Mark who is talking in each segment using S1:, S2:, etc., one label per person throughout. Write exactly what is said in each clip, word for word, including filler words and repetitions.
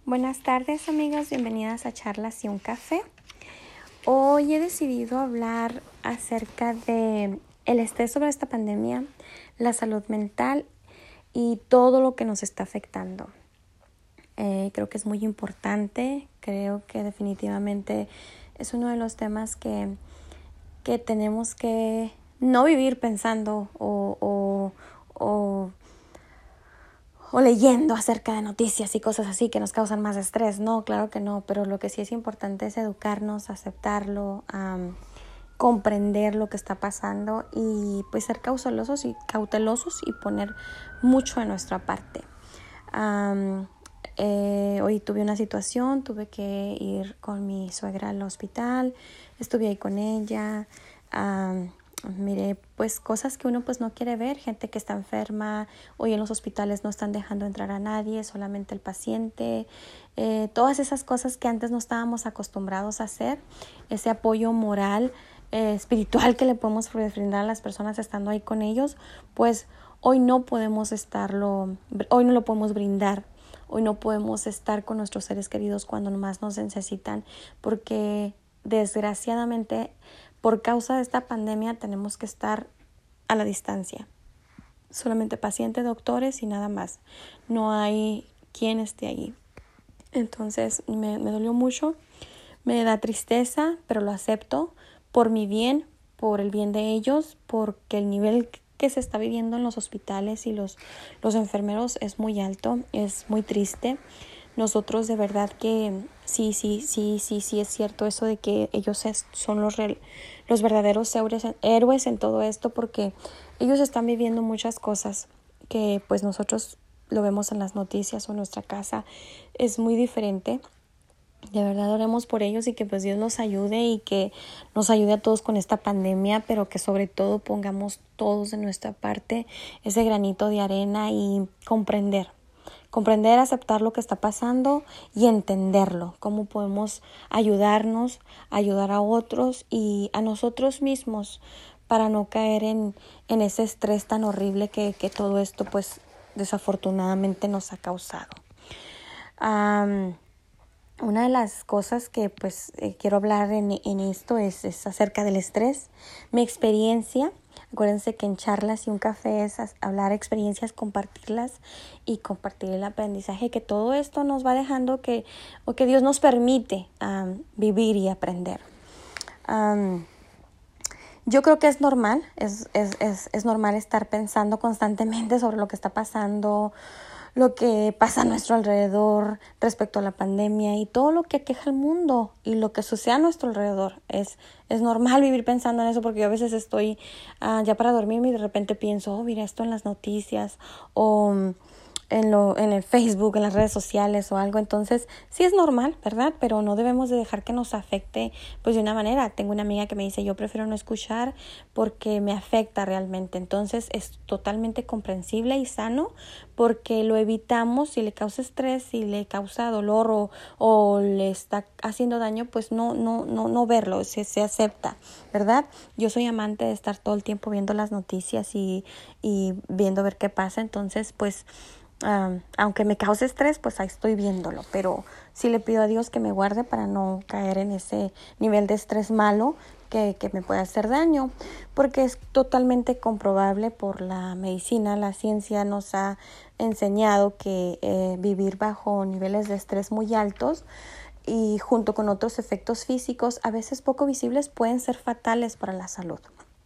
S1: Buenas tardes amigos, bienvenidas a Charlas y un Café. Hoy he decidido hablar acerca de el estrés sobre esta pandemia, la salud mental y todo lo que nos está afectando. Eh, creo que es muy importante, creo que definitivamente es uno de los temas que, que tenemos que no vivir pensando o, o, o o leyendo acerca de noticias y cosas así que nos causan más estrés. No, claro que no, pero lo que sí es importante es educarnos, aceptarlo, um, comprender lo que está pasando y pues ser cautelosos y cautelosos y poner mucho de nuestra parte. Um, eh, hoy tuve una situación, tuve que ir con mi suegra al hospital, estuve ahí con ella. Um, Miré pues cosas que uno pues no quiere ver, gente que está enferma. Hoy en los hospitales no están dejando entrar a nadie, solamente el paciente. Eh, todas esas cosas que antes no estábamos acostumbrados a hacer, ese apoyo moral, eh, espiritual que le podemos brindar a las personas estando ahí con ellos, pues hoy no podemos estarlo, hoy no lo podemos brindar. Hoy no podemos estar con nuestros seres queridos cuando más nos necesitan, porque desgraciadamente por causa de esta pandemia tenemos que estar a la distancia. Solamente pacientes, doctores y nada más. No hay quien esté allí. Entonces me, me dolió mucho. Me da tristeza, pero lo acepto por mi bien, por el bien de ellos, porque el nivel que se está viviendo en los hospitales y los, los enfermeros es muy alto, es muy triste. Nosotros de verdad que sí, sí, sí, sí, sí es cierto eso de que ellos es, son los, real, los verdaderos héroes, héroes en todo esto, porque ellos están viviendo muchas cosas que pues nosotros lo vemos en las noticias o en nuestra casa. Es muy diferente. De verdad oremos por ellos y que pues Dios los ayude y que nos ayude a todos con esta pandemia, pero que sobre todo pongamos todos de nuestra parte ese granito de arena y comprender. Comprender, aceptar lo que está pasando y entenderlo. Cómo podemos ayudarnos, ayudar a otros y a nosotros mismos para no caer en, en ese estrés tan horrible que, que todo esto pues desafortunadamente nos ha causado. Um, Una de las cosas que pues eh, quiero hablar en, en esto es, es acerca del estrés, mi experiencia. Acuérdense que en Charlas y un Café es hablar experiencias, compartirlas y compartir el aprendizaje que todo esto nos va dejando que, o que Dios nos permite um, vivir y aprender. Um, Yo creo que es normal, es, es, es, es normal estar pensando constantemente sobre lo que está pasando, lo que pasa a nuestro alrededor respecto a la pandemia y todo lo que aqueja al mundo y lo que sucede a nuestro alrededor. Es, es normal vivir pensando en eso, porque yo a veces estoy uh, ya para dormirme y de repente pienso, oh, mira esto en las noticias o en lo en el Facebook, en las redes sociales o algo. Entonces sí es normal, ¿verdad? Pero no debemos de dejar que nos afecte pues de una manera. Tengo una amiga que me dice, yo prefiero no escuchar porque me afecta realmente. Entonces es totalmente comprensible y sano, porque lo evitamos. Si le causa estrés, si le causa dolor o, o le está haciendo daño, pues no, no, no, no verlo, se, se acepta, ¿verdad? Yo soy amante de estar todo el tiempo viendo las noticias y, y viendo ver qué pasa. Entonces pues Um, aunque me cause estrés, pues ahí estoy viéndolo, pero sí le pido a Dios que me guarde para no caer en ese nivel de estrés malo que, que me puede hacer daño, porque es totalmente comprobable por la medicina. La ciencia nos ha enseñado que eh, vivir bajo niveles de estrés muy altos y junto con otros efectos físicos a veces poco visibles pueden ser fatales para la salud.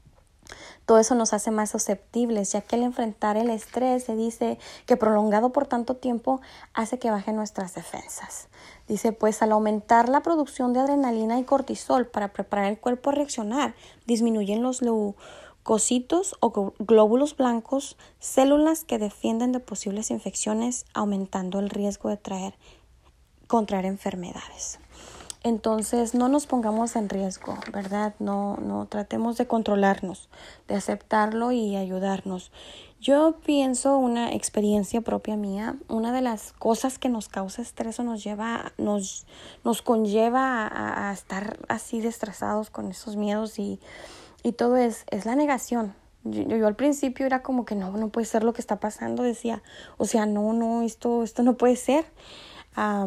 S1: Todo eso nos hace más susceptibles, ya que al enfrentar el estrés se dice que prolongado por tanto tiempo hace que bajen nuestras defensas. Dice, pues al aumentar la producción de adrenalina y cortisol para preparar el cuerpo a reaccionar, disminuyen los leucocitos o glóbulos blancos, células que defienden de posibles infecciones, aumentando el riesgo de traer, contraer enfermedades. Entonces no nos pongamos en riesgo, ¿verdad? No, no tratemos de controlarnos, de aceptarlo y ayudarnos. Yo pienso una experiencia propia mía, una de las cosas que nos causa estrés o nos lleva, nos, nos conlleva a, a estar así de estresados con esos miedos y, y todo es, es la negación. Yo, yo, yo al principio era como que no, no puede ser lo que está pasando, decía, o sea, no, no, esto, esto no puede ser. Um,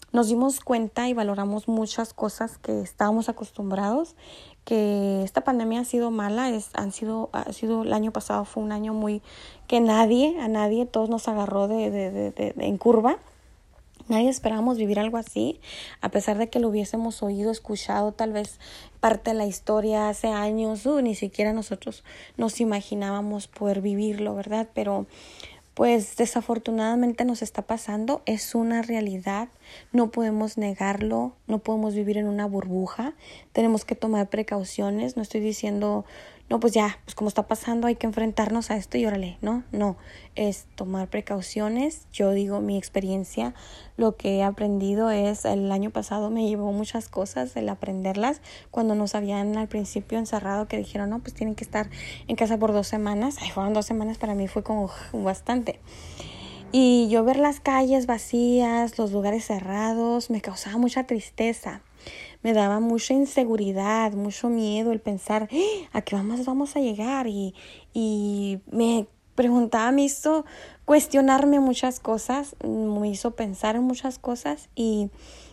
S1: nos dimos cuenta y valoramos muchas cosas que estábamos acostumbrados, que esta pandemia ha sido mala, es, han sido, ha sido, el año pasado fue un año muy, que nadie, a nadie, todos nos agarró de, de, de, de, de en curva. Nadie esperábamos vivir algo así, a pesar de que lo hubiésemos oído, escuchado tal vez parte de la historia hace años, uh, ni siquiera nosotros nos imaginábamos poder vivirlo, ¿verdad? Pero pues desafortunadamente nos está pasando, es una realidad, no podemos negarlo, no podemos vivir en una burbuja, tenemos que tomar precauciones, no estoy diciendo, no, pues ya, pues como está pasando hay que enfrentarnos a esto y órale, no, no, es tomar precauciones. Yo digo mi experiencia, lo que he aprendido es, el año pasado me llevó muchas cosas el aprenderlas, cuando nos habían al principio encerrado que dijeron, no, pues tienen que estar en casa por dos semanas, ay, fueron dos semanas para mí fue como bastante. Y yo ver las calles vacías, los lugares cerrados, me causaba mucha tristeza. Me daba mucha inseguridad, mucho miedo el pensar, ¿a qué vamos, vamos a llegar? Y, y me preguntaba, me hizo cuestionarme muchas cosas, me hizo pensar en muchas cosas y,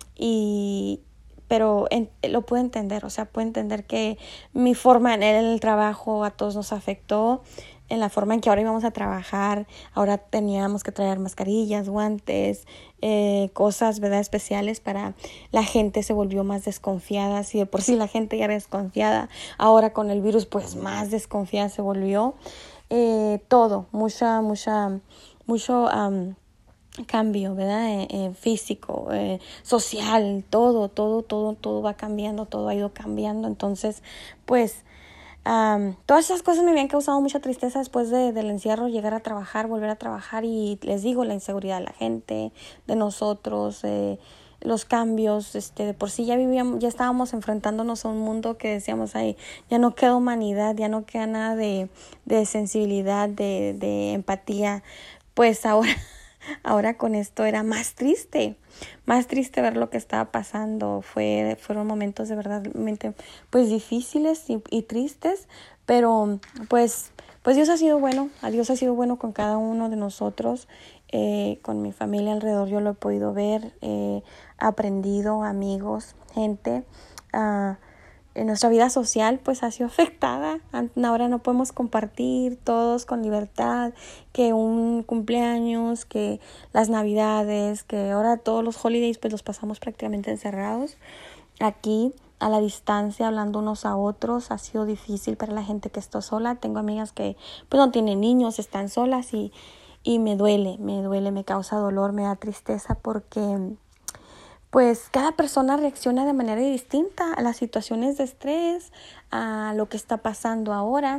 S1: y pero en, lo puedo entender, o sea, puedo entender que mi forma en el trabajo a todos nos afectó, en la forma en que ahora íbamos a trabajar, ahora teníamos que traer mascarillas, guantes, eh, cosas, ¿verdad?, especiales para la gente se volvió más desconfiada, si de por sí la gente ya era desconfiada, ahora con el virus pues más desconfiada se volvió, eh, todo, mucha, mucha, mucho um, cambio, ¿verdad?, eh, eh, físico, eh, social, todo, todo, todo, todo va cambiando, todo ha ido cambiando, entonces pues Um, todas esas cosas me habían causado mucha tristeza después de, del encierro, llegar a trabajar, volver a trabajar y les digo, la inseguridad de la gente, de nosotros, eh, los cambios, este, de por sí ya vivíamos, ya estábamos enfrentándonos a un mundo que decíamos, ay, ya no queda humanidad, ya no queda nada de, de sensibilidad, de, de empatía, pues ahora Ahora con esto era más triste, más triste ver lo que estaba pasando. Fue, fueron momentos de verdad pues difíciles y, y tristes, pero pues, pues Dios ha sido bueno, a Dios ha sido bueno con cada uno de nosotros, eh, con mi familia alrededor yo lo he podido ver, eh, aprendido, amigos, gente, uh, en nuestra vida social pues ha sido afectada. Ahora no podemos compartir todos con libertad, que un cumpleaños, que las navidades, que ahora todos los holidays pues los pasamos prácticamente encerrados aquí a la distancia, hablando unos a otros. Ha sido difícil para la gente que está sola. Tengo amigas que pues no tienen niños, están solas y, y me duele, me duele, me causa dolor, me da tristeza porque pues cada persona reacciona de manera distinta a las situaciones de estrés, a lo que está pasando ahora.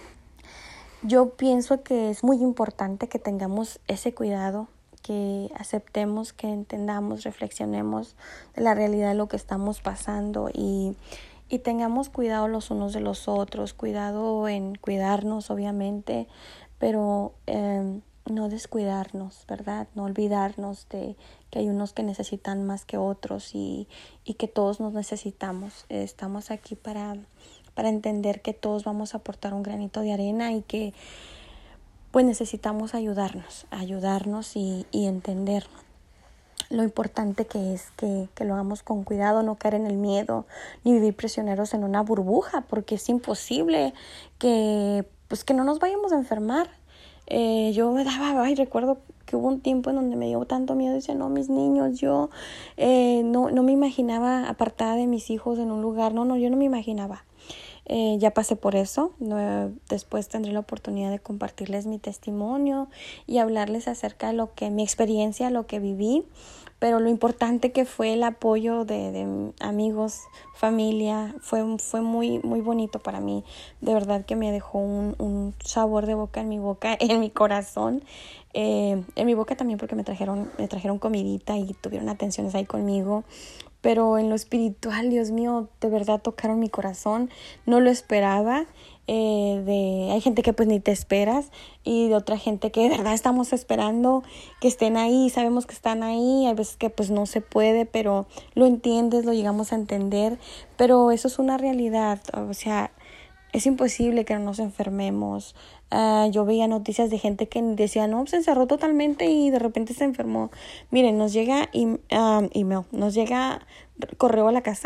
S1: Yo pienso que es muy importante que tengamos ese cuidado, que aceptemos, que entendamos, reflexionemos de la realidad de lo que estamos pasando y, y tengamos cuidado los unos de los otros, cuidado en cuidarnos obviamente, pero eh, no descuidarnos, ¿verdad? No olvidarnos de que hay unos que necesitan más que otros y, y que todos nos necesitamos. Estamos aquí para, para entender que todos vamos a aportar un granito de arena y que pues necesitamos ayudarnos, ayudarnos y, y entender lo importante que es que, que lo hagamos con cuidado, no caer en el miedo, ni vivir prisioneros en una burbuja, porque es imposible que, pues, que no nos vayamos a enfermar. Eh, yo me daba, ay, recuerdo que hubo un tiempo en donde me dio tanto miedo, decía, no, mis niños, yo eh, no, no me imaginaba apartada de mis hijos en un lugar, no, no, yo no me imaginaba. Eh, ya pasé por eso, no, después tendré la oportunidad de compartirles mi testimonio y hablarles acerca de lo que, mi experiencia, lo que viví, pero lo importante que fue el apoyo de, de amigos, familia, fue, fue muy, muy bonito para mí, de verdad que me dejó un, un sabor de boca en mi boca, en mi corazón, eh, en mi boca también porque me trajeron, me trajeron comidita y tuvieron atenciones ahí conmigo, pero en lo espiritual, Dios mío, de verdad tocaron mi corazón, no lo esperaba. Eh, de hay gente que pues ni te esperas y de otra gente que de verdad estamos esperando que estén ahí, sabemos que están ahí, hay veces que pues no se puede, pero lo entiendes, lo llegamos a entender, pero eso es una realidad, o sea, es imposible que no nos enfermemos, Uh, yo veía noticias de gente que decía, no, se encerró totalmente y de repente se enfermó. Miren, nos llega um, email, nos llega correo a la casa.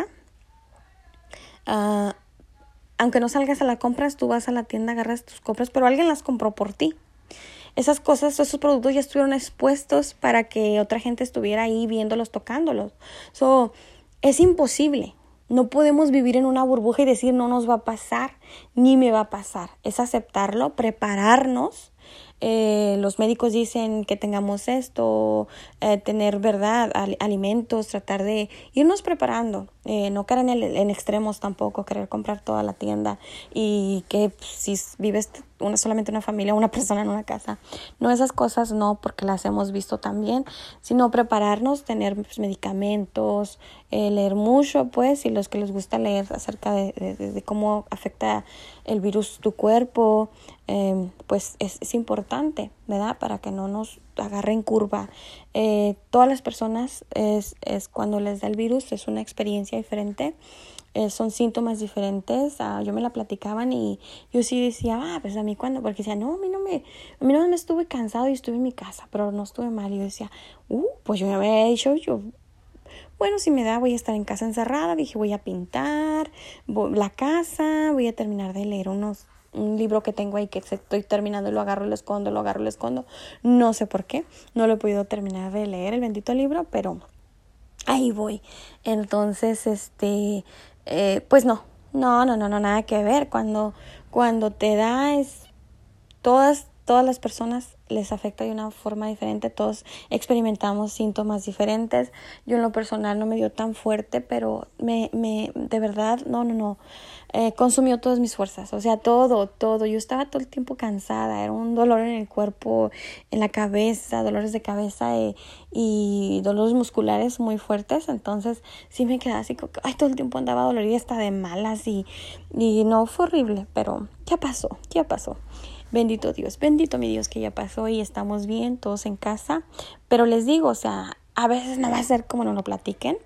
S1: Uh, aunque no salgas a la compras, tú vas a la tienda, agarras tus compras, pero alguien las compró por ti. Esas cosas, esos productos ya estuvieron expuestos para que otra gente estuviera ahí viéndolos, tocándolos. So, es imposible. No podemos vivir en una burbuja y decir no nos va a pasar, ni me va a pasar. Es aceptarlo, prepararnos. Eh, los médicos dicen que tengamos esto, eh, tener verdad, al, alimentos, tratar de irnos preparando, eh, no caer en, el, en extremos tampoco, querer comprar toda la tienda y que pues, si vives una, solamente una familia, una persona en una casa, no, esas cosas no, porque las hemos visto también, sino prepararnos, tener pues, medicamentos, eh, leer mucho, pues, y los que les gusta leer acerca de, de, de cómo afecta el virus tu cuerpo, eh, pues es, es importante, ¿verdad? Para que no nos agarre en curva. Eh, todas las personas es, es cuando les da el virus, es una experiencia diferente. Eh, son síntomas diferentes. Uh, yo me la platicaban y yo sí decía, ah, pues a mí cuando, porque decía, no, a mí no me, a mí no me estuve cansado y estuve en mi casa, pero no estuve mal. Y yo decía, uh, pues yo me había dicho, yo, bueno, si me da, voy a estar en casa encerrada. Dije, voy a pintar voy, la casa, voy a terminar de leer unos, un libro que tengo ahí que estoy terminando y lo agarro y lo escondo, lo agarro y lo escondo. No sé por qué, no lo he podido terminar de leer el bendito libro, pero ahí voy. Entonces, este, eh, pues no, no, no, no, no, nada que ver. Cuando, cuando te da es todas, todas las personas les afecta de una forma diferente, todos experimentamos síntomas diferentes. Yo en lo personal no me dio tan fuerte, pero me, me, de verdad, no, no, no, eh, consumió todas mis fuerzas, o sea, todo, todo. Yo estaba todo el tiempo cansada, era un dolor en el cuerpo, en la cabeza, dolores de cabeza eh, y dolores musculares muy fuertes, entonces sí me quedaba así, como que, ay, todo el tiempo andaba dolorida, hasta de malas y, y no, fue horrible, pero ya pasó, ya pasó. Bendito Dios, bendito mi Dios que ya pasó y estamos bien, todos en casa. Pero les digo, o sea, a veces no va a ser como nos lo platiquen,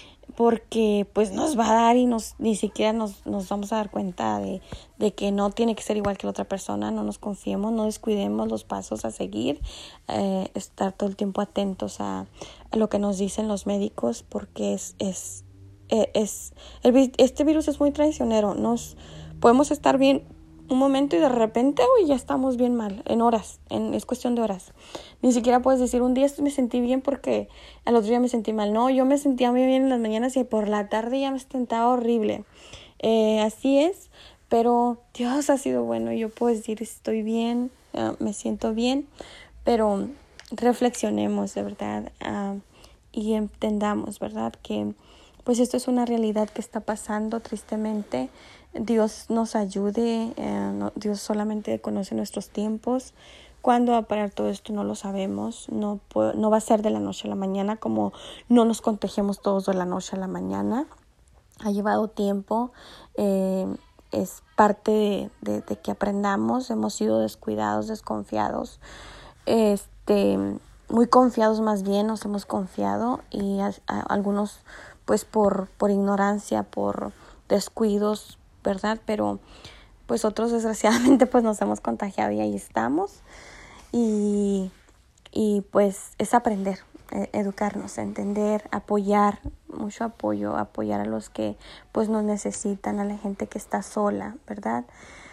S1: porque pues nos va a dar y nos ni siquiera nos, nos vamos a dar cuenta de, de que no tiene que ser igual que la otra persona. No nos confiemos, no descuidemos los pasos a seguir, eh, estar todo el tiempo atentos a, a lo que nos dicen los médicos, porque es, es, es, es el, este virus es muy traicionero. Nos podemos estar bien un momento y de repente, uy, ya estamos bien mal, en horas, en, es cuestión de horas. Ni siquiera puedes decir, un día me sentí bien porque al otro día me sentí mal. No, yo me sentía muy bien en las mañanas y por la tarde ya me sentía horrible. Eh, así es, pero Dios ha sido bueno. Yo puedo decir, estoy bien, uh, me siento bien, pero reflexionemos de verdad uh, y entendamos, ¿verdad? Que pues esto es una realidad que está pasando tristemente. Dios nos ayude, eh, no, Dios solamente conoce nuestros tiempos. ¿Cuándo va a parar todo esto? No lo sabemos, no, puede, no va a ser de la noche a la mañana, como no nos contagiamos todos de la noche a la mañana. Ha llevado tiempo, eh, es parte de, de, de que aprendamos, hemos sido descuidados, desconfiados, este, muy confiados más bien, nos hemos confiado y a, a, algunos pues por, por ignorancia, por descuidos, ¿verdad? Pero pues otros desgraciadamente pues nos hemos contagiado y ahí estamos y, y pues es aprender, eh, educarnos, entender, apoyar, mucho apoyo, apoyar a los que pues nos necesitan, a la gente que está sola, ¿verdad?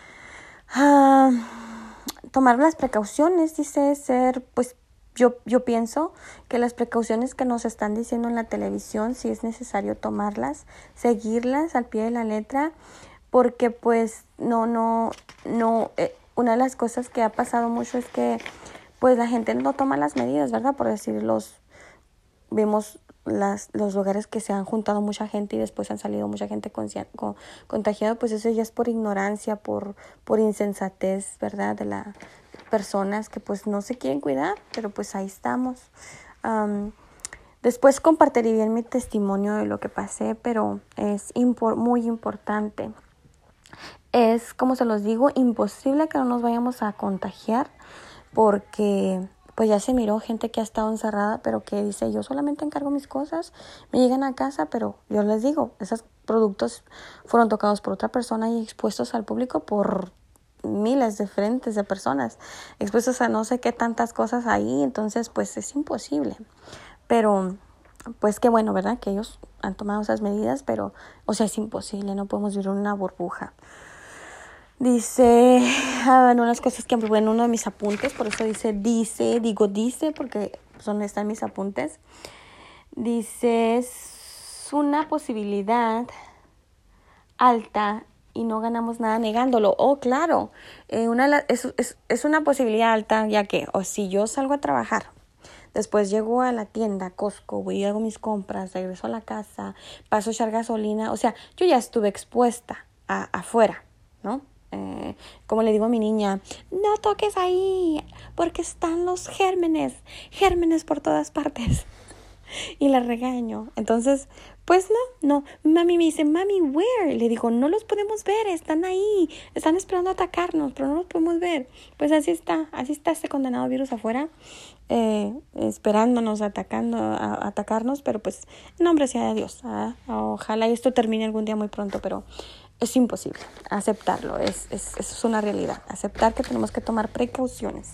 S1: Ah, tomar las precauciones, dice ser pues Yo, yo pienso que las precauciones que nos están diciendo en la televisión, si es necesario tomarlas, seguirlas al pie de la letra, porque pues no, no, no, eh, una de las cosas que ha pasado mucho es que pues la gente no toma las medidas, ¿verdad? Por decir, los, vemos las, los lugares que se han juntado mucha gente y después han salido mucha gente con, con, contagiada, pues eso ya es por ignorancia, por, por insensatez, ¿verdad? De la personas que pues no se quieren cuidar, pero pues ahí estamos. Um, después compartiré bien mi testimonio de lo que pasé, pero es impor- muy importante. Es, como se los digo, imposible que no nos vayamos a contagiar, porque pues ya se miró gente que ha estado encerrada, pero que dice, yo solamente encargo mis cosas, me llegan a casa, pero yo les digo, esos productos fueron tocados por otra persona y expuestos al público por miles de frentes de personas expuestos a no sé qué tantas cosas ahí, entonces pues es imposible. Pero pues qué bueno, ¿verdad? Que ellos han tomado esas medidas, pero o sea, es imposible, no podemos vivir en una burbuja. Dice, ah, unas cosas que, bueno, uno de mis apuntes, por eso dice, dice, digo dice, porque son están mis apuntes. Dice, es una posibilidad alta y no ganamos nada negándolo. Oh, claro, eh, una, es, es, es una posibilidad alta, ya que, o si yo salgo a trabajar, después llego a la tienda, Costco, voy y hago mis compras, regreso a la casa, paso a echar gasolina, o sea, yo ya estuve expuesta a, afuera, ¿no? Eh, como le digo a mi niña, no toques ahí, porque están los gérmenes, gérmenes por todas partes. Y la regaño. Entonces, pues no, no. Mami me dice, mami, where? Le digo, no los podemos ver, están ahí, están esperando a atacarnos, pero no los podemos ver. Pues así está, así está este condenado virus afuera, eh, esperándonos, atacando, a, a atacarnos, pero pues, en nombre sea de Dios. ¿Ah? Ojalá esto termine algún día muy pronto, pero es imposible aceptarlo, es, es, es una realidad. Aceptar que tenemos que tomar precauciones.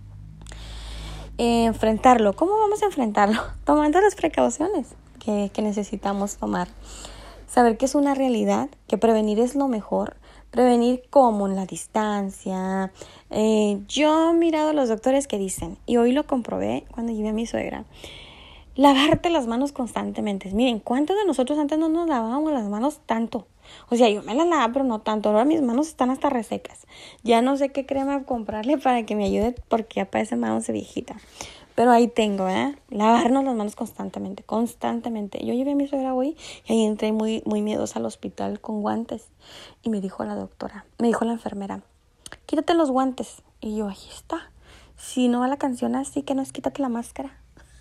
S1: Eh, enfrentarlo. ¿Cómo vamos a enfrentarlo? Tomando las precauciones que, que necesitamos tomar. Saber que es una realidad, que prevenir es lo mejor. Prevenir como en la distancia. Eh, yo he mirado a los doctores que dicen, y hoy lo comprobé cuando llevé a mi suegra, lavarte las manos constantemente. Miren, ¿cuántos de nosotros antes no nos lavábamos las manos tanto? O sea, yo me las lavaba, pero no tanto. Ahora mis manos están hasta resecas. Ya no sé qué crema comprarle para que me ayude, porque ya parece manos de viejita. Pero ahí tengo, ¿eh? Lavarnos las manos constantemente, constantemente. Yo llevé a mi suegra hoy y ahí entré muy, muy miedosa al hospital con guantes. Y me dijo la doctora, me dijo la enfermera, quítate los guantes. Y yo, ahí está. Si no va la canción así, que no es quítate la máscara.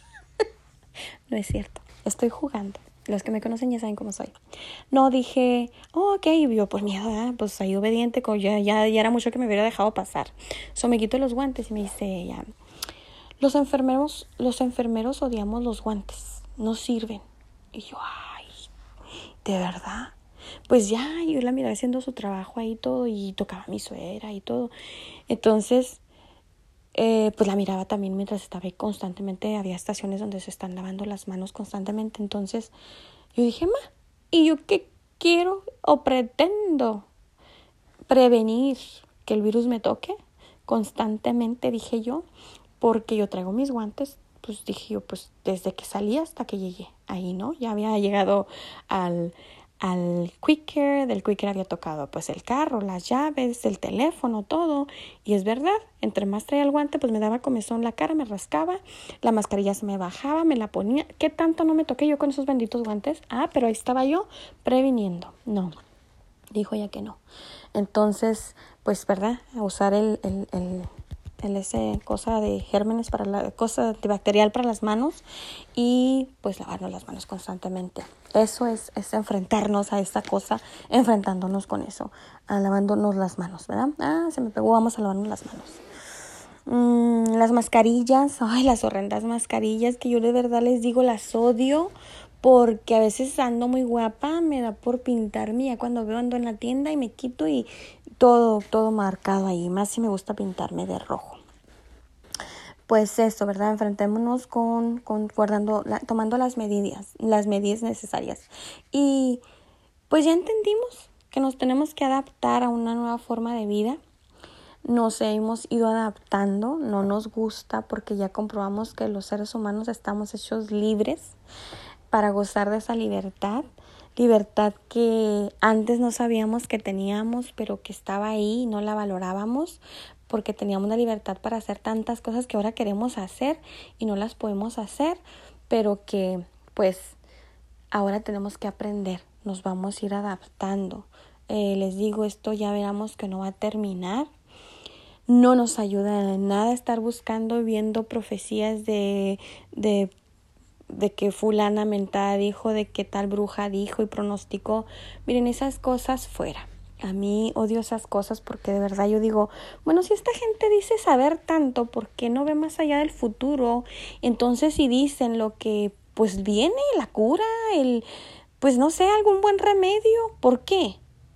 S1: No es cierto, estoy jugando. Los que me conocen ya saben cómo soy. No, dije, oh, ok, yo pues miedo, ¿eh? Pues ahí obediente, ya, ya, ya era mucho que me hubiera dejado pasar. So me quito los guantes y me dice ella, los enfermeros, los enfermeros odiamos los guantes, no sirven. Y yo, ay, ¿de verdad? Pues ya, yo la miraba haciendo su trabajo ahí todo y tocaba a mi suegra y todo. Entonces, Eh, pues la miraba también mientras estaba ahí constantemente. Había estaciones donde se están lavando las manos constantemente. Entonces yo dije, ma, ¿y yo qué quiero o pretendo? Prevenir que el virus me toque constantemente, dije yo, porque yo traigo mis guantes. Pues dije yo, pues desde que salí hasta que llegué ahí, ¿no? Ya había llegado al... al Quickie, del Quickie había tocado pues el carro, las llaves, el teléfono, todo, y es verdad, entre más traía el guante pues me daba comezón la cara, me rascaba, la mascarilla se me bajaba, me la ponía. ¿Qué tanto no me toqué yo con esos benditos guantes? Ah, pero ahí estaba yo previniendo. No, dijo ella que no. Entonces, pues, ¿verdad? A usar el, el, el el ese cosa de gérmenes para la cosa antibacterial para las manos y pues lavarnos las manos constantemente. Eso es, es enfrentarnos a esta cosa, enfrentándonos con eso, a lavándonos las manos, ¿verdad? Ah, se me pegó, vamos a lavarnos las manos. Mm, las mascarillas, ay, las horrendas mascarillas que yo de verdad les digo las odio. Porque a veces ando muy guapa, me da por pintarme, ya cuando veo ando en la tienda y me quito y todo, todo marcado ahí, más si me gusta pintarme de rojo. Pues eso, ¿verdad? Enfrentémonos con, con guardando, la, tomando las medidas, las medidas necesarias. Y pues ya entendimos que nos tenemos que adaptar a una nueva forma de vida. Nos hemos ido adaptando, no nos gusta porque ya comprobamos que los seres humanos estamos hechos libres para gozar de esa libertad, libertad que antes no sabíamos que teníamos, pero que estaba ahí y no la valorábamos, porque teníamos la libertad para hacer tantas cosas que ahora queremos hacer y no las podemos hacer, pero que pues ahora tenemos que aprender, nos vamos a ir adaptando. Eh, les digo, esto ya veremos que no va a terminar. No nos ayuda en nada estar buscando, viendo profecías de, de de que fulana mentada dijo, de que tal bruja dijo y pronosticó. Miren, esas cosas fuera. A mí odio esas cosas porque de verdad yo digo, bueno, si esta gente dice saber tanto, ¿por qué no ve más allá del futuro? Entonces si dicen lo que pues viene, la cura, el pues no sé, algún buen remedio, ¿por qué?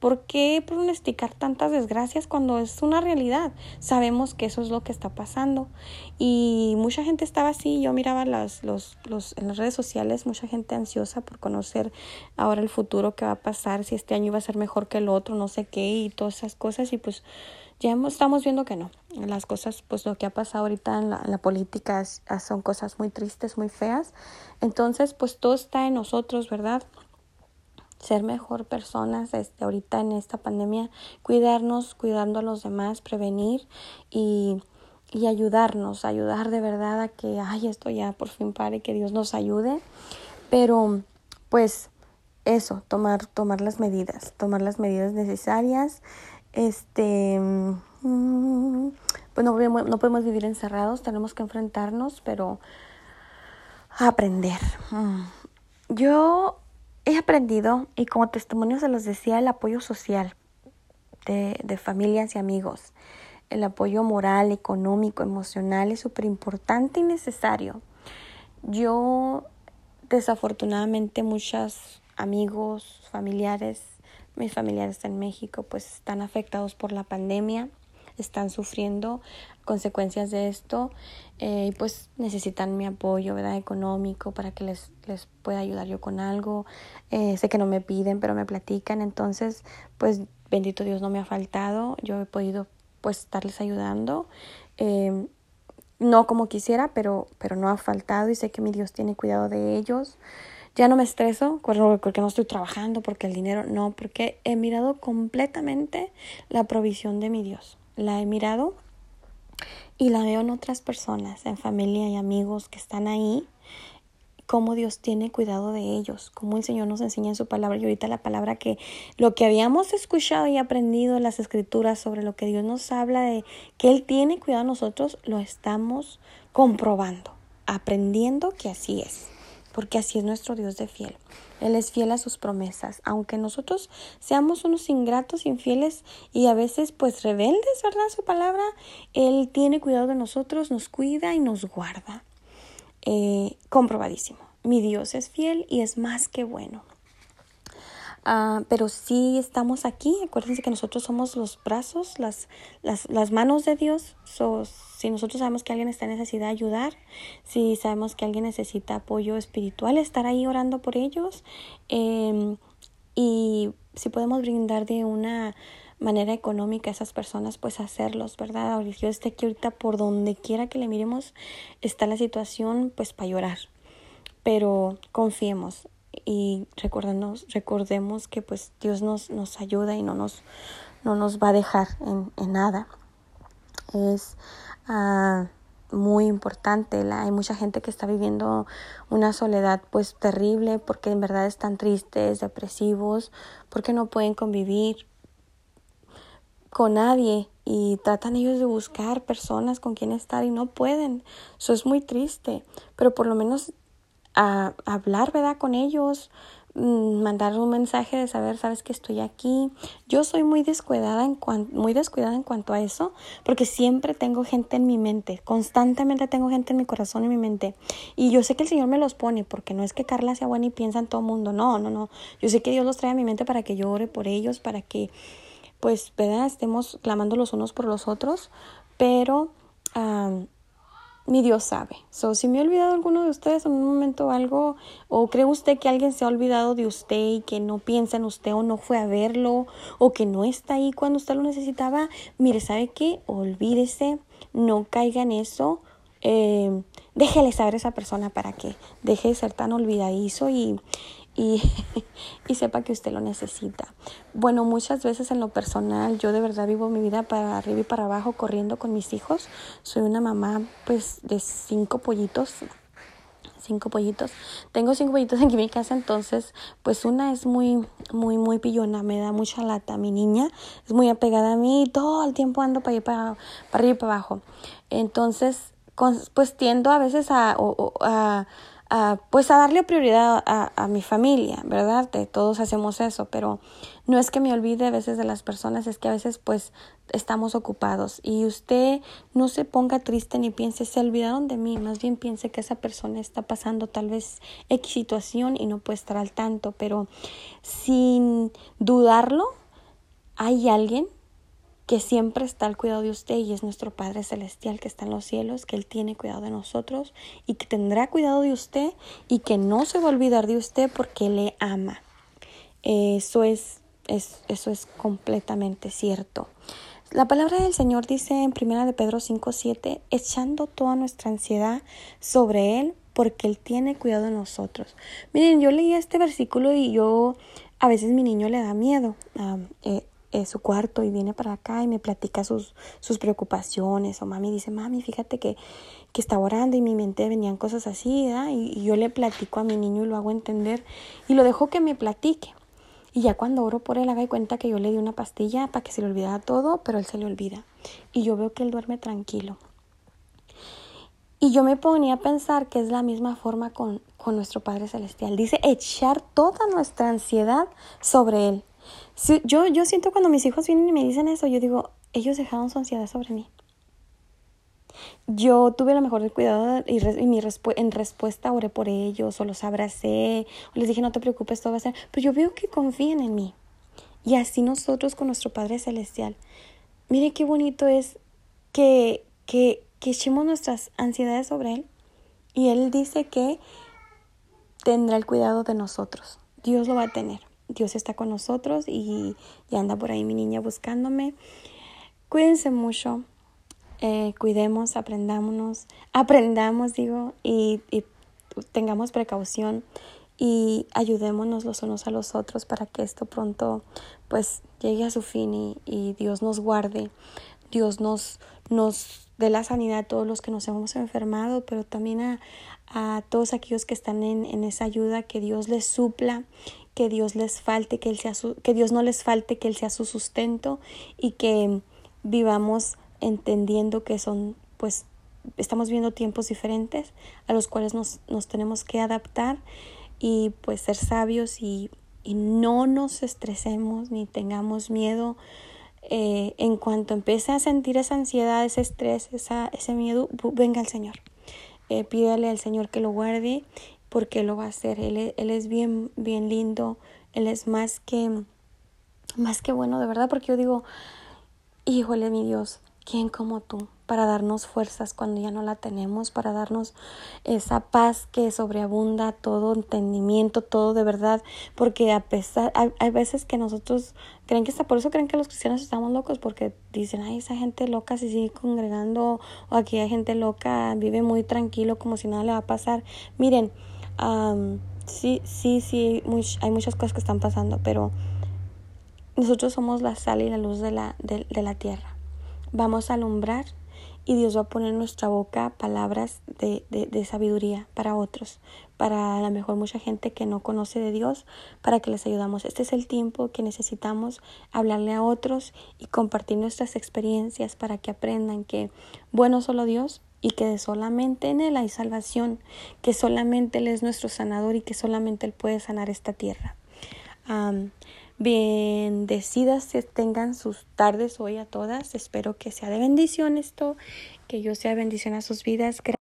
S1: ¿Por qué pronosticar tantas desgracias cuando es una realidad? Sabemos que eso es lo que está pasando. Y mucha gente estaba así. Yo miraba las, los, los, en las redes sociales, mucha gente ansiosa por conocer ahora el futuro que va a pasar, si este año iba a ser mejor que el otro, no sé qué, y todas esas cosas. Y pues ya hemos, estamos viendo que no. Las cosas, pues lo que ha pasado ahorita en la, en la política es, son cosas muy tristes, muy feas. Entonces, pues todo está en nosotros, ¿verdad? Ser mejor personas este, ahorita en esta pandemia, cuidarnos, cuidando a los demás, prevenir y, y ayudarnos, ayudar de verdad a que, ay, esto ya por fin pare, que Dios nos ayude. Pero, pues, eso, tomar, tomar las medidas, tomar las medidas necesarias. Este, mm, pues no, no podemos vivir encerrados, tenemos que enfrentarnos, pero aprender. Mm. Yo he aprendido, y como testimonio se los decía, el apoyo social de, de familias y amigos. El apoyo moral, económico, emocional es súper importante y necesario. Yo, desafortunadamente, muchos amigos, familiares, mis familiares en México, pues están afectados por la pandemia, están sufriendo consecuencias de esto eh, y pues necesitan mi apoyo, ¿verdad? Económico para que les, les pueda ayudar yo con algo. Eh, sé que no me piden, pero me platican. Entonces, pues bendito Dios no me ha faltado. Yo he podido pues estarles ayudando. Eh, no como quisiera, pero, pero no ha faltado y sé que mi Dios tiene cuidado de ellos. Ya no me estreso porque no estoy trabajando, porque el dinero, no, porque he mirado completamente la provisión de mi Dios. La he mirado y la veo en otras personas, en familia y amigos que están ahí, cómo Dios tiene cuidado de ellos, cómo el Señor nos enseña en su palabra. Y ahorita la palabra que lo que habíamos escuchado y aprendido en las escrituras sobre lo que Dios nos habla de que Él tiene cuidado de nosotros, lo estamos comprobando, aprendiendo que así es. Porque así es nuestro Dios de fiel. Él es fiel a sus promesas. Aunque nosotros seamos unos ingratos, infieles y a veces pues rebeldes, ¿verdad? Su palabra, Él tiene cuidado de nosotros, nos cuida y nos guarda. Eh, comprobadísimo. Mi Dios es fiel y es más que bueno. Uh, pero sí estamos aquí. Acuérdense que nosotros somos los brazos, las, las, las manos de Dios. So, si nosotros sabemos que alguien está en necesidad, ayudar. Si sabemos que alguien necesita apoyo espiritual, estar ahí orando por ellos. Eh, y si podemos brindar de una manera económica a esas personas, pues hacerlos, ¿verdad? Yo estoy aquí ahorita por donde quiera que le miremos, está la situación pues para llorar. Pero confiemos. Y recordemos, recordemos que pues Dios nos, nos ayuda y no nos, no nos va a dejar en, en nada. Es uh, muy importante. La, hay mucha gente que está viviendo una soledad pues terrible porque en verdad están tristes, depresivos, porque no pueden convivir con nadie y tratan ellos de buscar personas con quien estar y no pueden. Eso es muy triste, pero por lo menos a hablar, ¿verdad? Con ellos, mandar un mensaje de saber, sabes que estoy aquí. Yo soy muy descuidada en cuan, muy descuidada en cuanto a eso, porque siempre tengo gente en mi mente, constantemente tengo gente en mi corazón y en mi mente, y yo sé que el Señor me los pone, porque no es que Carla sea buena y piensa en todo el mundo, no, no, no, yo sé que Dios los trae a mi mente para que yo ore por ellos, para que, pues, ¿verdad? Estemos clamando los unos por los otros, pero um, mi Dios sabe. So, si me he olvidado alguno de ustedes en un momento o algo, o cree usted que alguien se ha olvidado de usted y que no piensa en usted o no fue a verlo o que no está ahí cuando usted lo necesitaba, mire, ¿sabe qué? Olvídese, no caiga en eso. Eh, déjele saber a esa persona para que deje de ser tan olvidadizo y, y, y sepa que usted lo necesita. Bueno, muchas veces en lo personal yo de verdad vivo mi vida para arriba y para abajo corriendo con mis hijos. Soy una mamá pues de cinco pollitos, cinco pollitos. Tengo cinco pollitos aquí en mi casa, entonces pues una es muy, muy, muy pillona, me da mucha lata. Mi niña es muy apegada a mí y todo el tiempo ando para, para, para arriba y para abajo. Entonces con, pues tiendo a veces a... a, a Uh, pues a darle prioridad a, a mi familia, ¿verdad? De todos hacemos eso, pero no es que me olvide a veces de las personas, es que a veces pues estamos ocupados y usted no se ponga triste ni piense, se olvidaron de mí, más bien piense que esa persona está pasando tal vez X situación y no puede estar al tanto, pero sin dudarlo, hay alguien que siempre está al cuidado de usted y es nuestro Padre Celestial que está en los cielos, que Él tiene cuidado de nosotros y que tendrá cuidado de usted y que no se va a olvidar de usted porque le ama. Eso es, es, eso es completamente cierto. La palabra del Señor dice en primera de Pedro cinco siete, echando toda nuestra ansiedad sobre Él porque Él tiene cuidado de nosotros. Miren, yo leía este versículo y yo, a veces mi niño le da miedo. Um, eh, Eh, su cuarto y viene para acá y me platica sus, sus preocupaciones, o mami dice, mami, fíjate que, que está orando y en mi mente venían cosas así, ¿verdad? Y, y yo le platico a mi niño y lo hago entender y lo dejo que me platique. Y ya cuando oro por él, haga de cuenta que yo le di una pastilla para que se le olvidara todo, pero él se le olvida. Y yo veo que él duerme tranquilo. Y yo me ponía a pensar que es la misma forma con, con nuestro Padre Celestial. Dice, echar toda nuestra ansiedad sobre Él. Si, yo, yo siento cuando mis hijos vienen y me dicen eso, yo digo, ellos dejaron su ansiedad sobre mí. Yo tuve lo mejor del cuidado y, re, y mi respu- en respuesta oré por ellos, o los abracé, o les dije, no te preocupes, todo va a ser. Pero yo veo que confían en mí. Y así nosotros con nuestro Padre Celestial. Mire qué bonito es que, que, que echemos nuestras ansiedades sobre Él. Y Él dice que tendrá el cuidado de nosotros. Dios lo va a tener. Dios está con nosotros y, y anda por ahí mi niña buscándome. Cuídense mucho. Eh, cuidemos, aprendámonos, aprendamos, digo, y, y tengamos precaución y ayudémonos los unos a los otros para que esto pronto pues llegue a su fin y, y Dios nos guarde. Dios nos, nos dé la sanidad a todos los que nos hemos enfermado, pero también a, a todos aquellos que están en, en esa ayuda, que Dios les supla, que Dios les falte, que, él sea su, que Dios no les falte, que Él sea su sustento y que vivamos entendiendo que son, pues, estamos viendo tiempos diferentes a los cuales nos, nos tenemos que adaptar y pues ser sabios y, y no nos estresemos ni tengamos miedo. Eh, en cuanto empiece a sentir esa ansiedad, ese estrés, esa, ese miedo, venga al Señor. Eh, pídale al Señor que lo guarde porque Él lo va a hacer. Él, él es bien, bien lindo. Él es más que, más que bueno, de verdad, porque yo digo, híjole, mi Dios, ¿quién como tú? Para darnos fuerzas cuando ya no la tenemos, para darnos esa paz que sobreabunda todo entendimiento, todo de verdad, porque a pesar, hay, hay veces que nosotros creen que está, por eso creen que los cristianos estamos locos, porque dicen, ay, esa gente loca se sigue congregando, o aquí hay gente loca, vive muy tranquilo como si nada le va a pasar. Miren, um, sí, sí, sí, muy, hay muchas cosas que están pasando, pero nosotros somos la sal y la luz de la, de, de la tierra. Vamos a alumbrar y Dios va a poner en nuestra boca palabras de, de, de sabiduría para otros, para a lo mejor mucha gente que no conoce de Dios, para que les ayudamos. Este es el tiempo que necesitamos hablarle a otros y compartir nuestras experiencias para que aprendan que bueno solo Dios y que solamente en Él hay salvación, que solamente Él es nuestro sanador y que solamente Él puede sanar esta tierra. Um, Bendecidas que tengan sus tardes hoy a todas. Espero que sea de bendición esto, que yo sea bendición a sus vidas.